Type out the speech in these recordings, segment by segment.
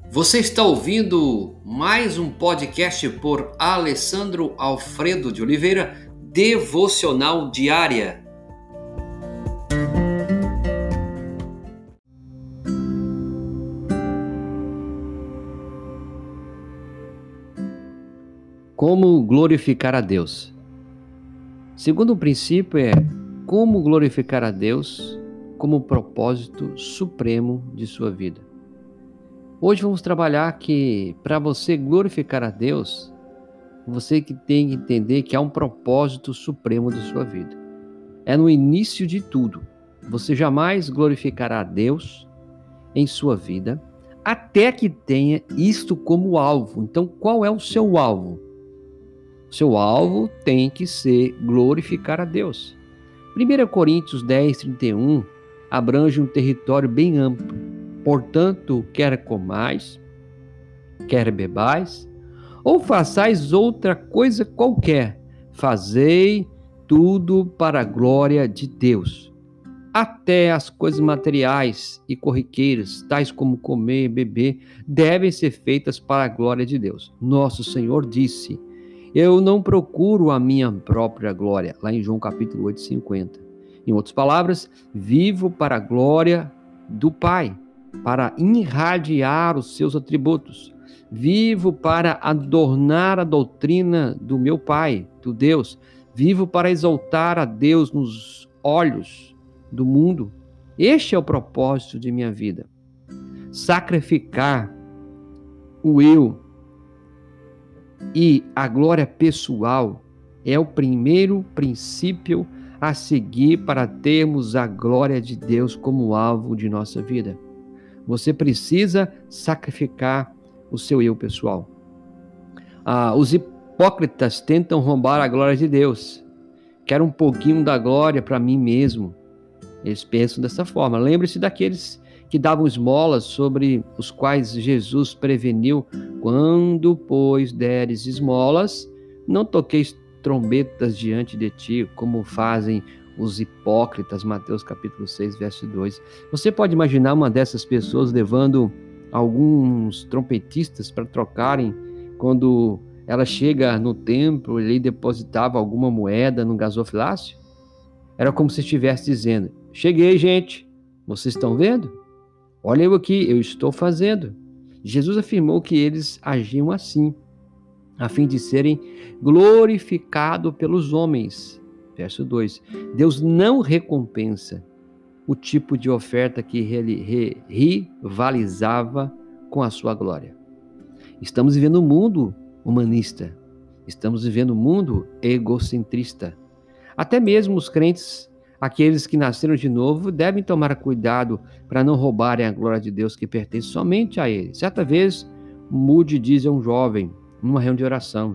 Você está ouvindo mais um podcast por Alessandro Alfredo de Oliveira, Devocional Diária. Como glorificar a Deus? Segundo princípio é como glorificar a Deus como propósito supremo de sua vida. Hoje vamos trabalhar que para você glorificar a Deus, você que tem que entender que há um propósito supremo de sua vida. É no início de tudo. Você jamais glorificará a Deus em sua vida até que tenha isto como alvo. Então, qual é o seu alvo? O seu alvo tem que ser glorificar a Deus. 1 Coríntios 10:31 abrange um território bem amplo. Portanto, quer comais, quer bebais, ou façais outra coisa qualquer, fazei tudo para a glória de Deus. Até as coisas materiais e corriqueiras, tais como comer e beber, devem ser feitas para a glória de Deus. Nosso Senhor disse: eu não procuro a minha própria glória, lá em João capítulo 8:50. Em outras palavras, vivo para a glória do Pai, para irradiar os seus atributos. Vivo para adornar a doutrina do meu Pai, do Deus. Vivo para exaltar a Deus nos olhos do mundo. Este é o propósito de minha vida. Sacrificar o eu e a glória pessoal é o primeiro princípio a seguir para termos a glória de Deus como alvo de nossa vida. Você precisa sacrificar o seu eu pessoal. Os hipócritas tentam roubar a glória de Deus. Quero um pouquinho da glória para mim mesmo. Eles pensam dessa forma. Lembre-se daqueles que davam esmolas, sobre os quais Jesus preveniu: quando, pois, deres esmolas, não toqueis trombetas diante de ti, como fazem os hipócritas. Mateus capítulo 6, verso 2. Você pode imaginar uma dessas pessoas levando alguns trompetistas para trocarem quando ela chega no templo e depositava alguma moeda no gasofilácio? Era como se estivesse dizendo: cheguei, gente, vocês estão vendo? Olha eu aqui, eu estou fazendo. Jesus afirmou que eles agiam assim, a fim de serem glorificados pelos homens. Verso 2. Deus não recompensa o tipo de oferta que rivalizava com a sua glória. Estamos vivendo um mundo humanista. Estamos vivendo um mundo egocentrista. Até mesmo os crentes, aqueles que nasceram de novo, devem tomar cuidado para não roubarem a glória de Deus que pertence somente a Ele. Certa vez, Moody diz a um jovem, numa reunião de oração: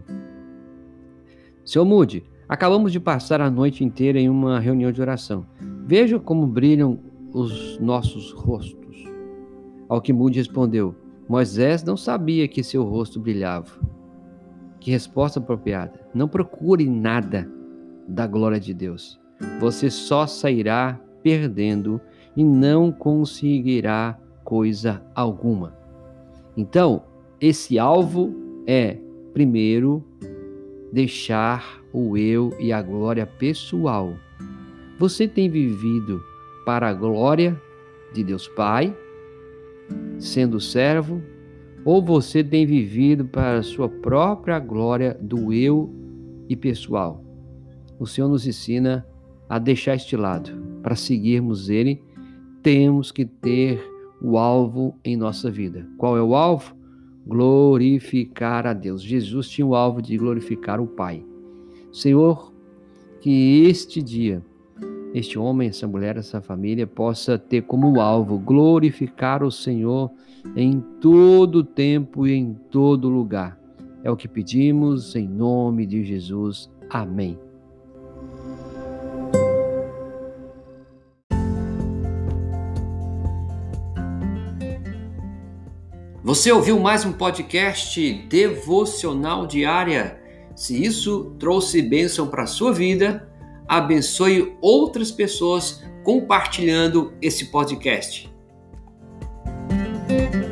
Seu Moody, acabamos de passar a noite inteira em uma reunião de oração. Veja como brilham os nossos rostos. Ao que Moody respondeu: Moisés não sabia que seu rosto brilhava. Que resposta apropriada. Não procure nada da glória de Deus. Você só sairá perdendo e não conseguirá coisa alguma. Então, esse alvo é, primeiro, deixar o eu e a glória pessoal. Você tem vivido para a glória de Deus Pai, sendo servo, ou você tem vivido para a sua própria glória do eu e pessoal? O Senhor nos ensina a deixar este lado. Para seguirmos Ele, temos que ter o alvo em nossa vida. Qual é o alvo? Glorificar a Deus. Jesus tinha o alvo de glorificar o Pai. Senhor, que este dia, este homem, essa mulher, essa família possa ter como alvo glorificar o Senhor em todo tempo e em todo lugar. É o que pedimos em nome de Jesus. Amém. Você ouviu mais um podcast Devocional Diária? Se isso trouxe bênção para a sua vida, abençoe outras pessoas compartilhando esse podcast.